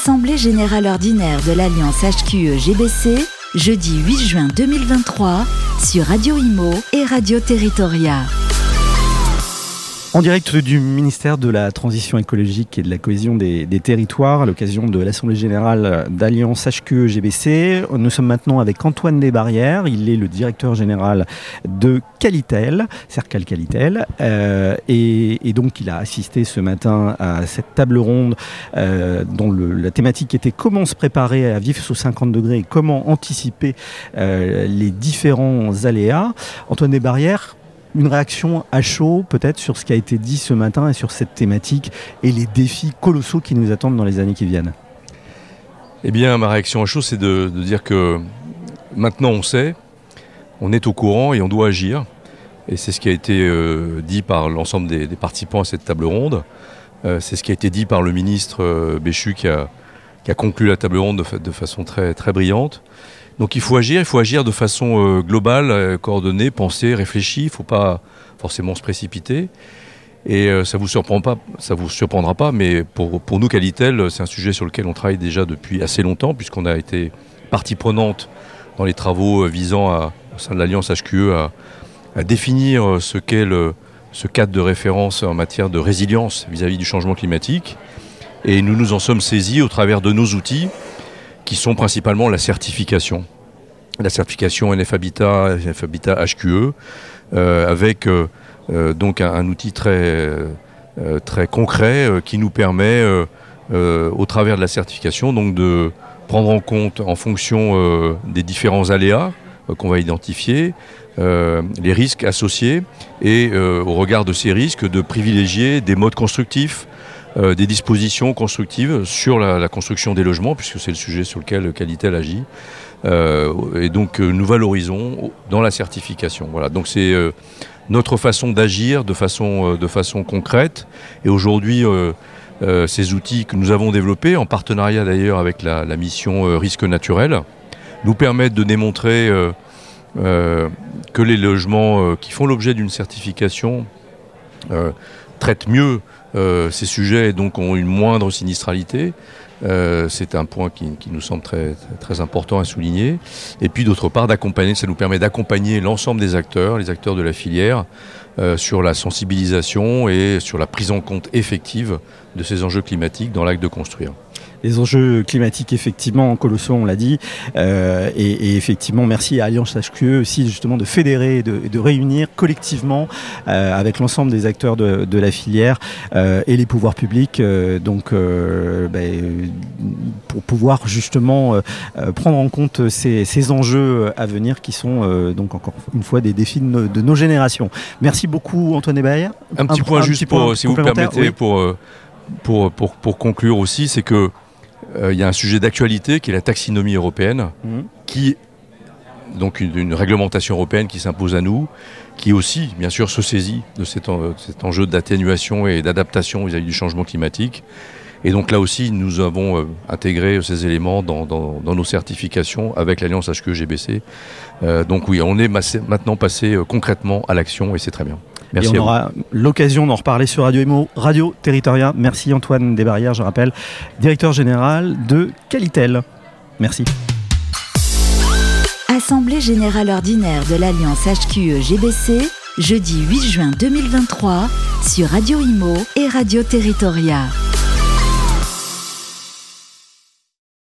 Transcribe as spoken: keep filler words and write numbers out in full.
Assemblée générale ordinaire de l'Alliance H Q E G B C, jeudi huit juin deux mille vingt-trois, sur Radio Imo et Radio Territoria. En direct du ministère de la Transition écologique et de la cohésion des, des territoires, à l'occasion de l'Assemblée générale d'Alliance H Q E G B C. Nous sommes maintenant avec Antoine Desbarrières. Il est le directeur général de Qualitel, Cercal Qualitel. Euh, et, et donc, il a assisté ce matin à cette table ronde euh, dont le, la thématique était comment se préparer à vivre sous cinquante degrés et comment anticiper euh, les différents aléas. Antoine Desbarrières, une réaction à chaud peut-être sur ce qui a été dit ce matin et sur cette thématique et les défis colossaux qui nous attendent dans les années qui viennent. Eh bien, ma réaction à chaud, c'est de, de dire que maintenant on sait, on est au courant et on doit agir. Et c'est ce qui a été euh, dit par l'ensemble des, des participants à cette table ronde. Euh, c'est ce qui a été dit par le ministre euh, Béchu qui a, qui a conclu la table ronde de, de façon très, très brillante. Donc il faut agir, il faut agir de façon euh, globale, euh, coordonnée, pensée, réfléchie. Il ne faut pas forcément se précipiter. Et euh, ça ne vous surprend pas, ça vous surprendra pas, mais pour, pour nous, Qualitel, c'est un sujet sur lequel on travaille déjà depuis assez longtemps, puisqu'on a été partie prenante dans les travaux visant à, au sein de l'Alliance H Q E à, à définir ce qu'est le, ce cadre de référence en matière de résilience vis-à-vis du changement climatique. Et nous nous en sommes saisis au travers de nos outils, qui sont principalement la certification. La certification N F Habitat, N F Habitat H Q E, euh, avec euh, euh, donc un, un outil très, euh, très concret euh, qui nous permet, euh, euh, au travers de la certification, donc de prendre en compte, en fonction euh, des différents aléas euh, qu'on va identifier, euh, les risques associés, et euh, au regard de ces risques, de privilégier des modes constructifs, Euh, des dispositions constructives sur la, la construction des logements, puisque c'est le sujet sur lequel Qualitel agit. Euh, et donc euh, nous valorisons dans la certification. Voilà. Donc c'est euh, notre façon d'agir de façon, euh, de façon concrète. Et aujourd'hui, euh, euh, ces outils que nous avons développés, en partenariat d'ailleurs avec la, la mission euh, Risque Naturel, nous permettent de démontrer euh, euh, que les logements euh, qui font l'objet d'une certification euh, traitent mieux Euh, ces sujets donc ont une moindre sinistralité. Euh, c'est un point qui, qui nous semble très, très, très important à souligner. Et puis d'autre part, d'accompagner, ça nous permet d'accompagner l'ensemble des acteurs, les acteurs de la filière, euh, sur la sensibilisation et sur la prise en compte effective de ces enjeux climatiques dans l'acte de construire. Les enjeux climatiques, effectivement, colossaux, on l'a dit. Euh, et, et effectivement, merci à Alliance H Q E aussi, justement, de fédérer et de, de réunir collectivement euh, avec l'ensemble des acteurs de, de la filière euh, et les pouvoirs publics, euh, donc, euh, ben, pour pouvoir justement euh, prendre en compte ces, ces enjeux à venir qui sont, euh, donc, encore une fois, des défis de nos, de nos générations. Merci beaucoup, Antoine Desbarrières. Un petit un, point un juste, petit pour, point si vous permettez, oui. pour, pour, pour, pour conclure aussi, c'est que il euh, y a un sujet d'actualité qui est la taxinomie européenne, mmh. qui donc une, une réglementation européenne qui s'impose à nous, qui aussi, bien sûr, se saisit de cet, en, cet enjeu d'atténuation et d'adaptation vis-à-vis du changement climatique. Et donc là aussi, nous avons euh, intégré ces éléments dans, dans, dans nos certifications avec l'Alliance H Q E G B C. Euh, donc oui, on est massé, maintenant passé euh, concrètement à l'action et c'est très bien. Merci. Et on aura l'occasion d'en reparler sur Radio Imo, Radio Territoria. Merci Antoine Desbarrières, je rappelle, directeur général de Qualitel. Merci. Assemblée générale ordinaire de l'Alliance H Q E G B C, jeudi huit juin deux mille vingt-trois, sur Radio Imo et Radio Territoria.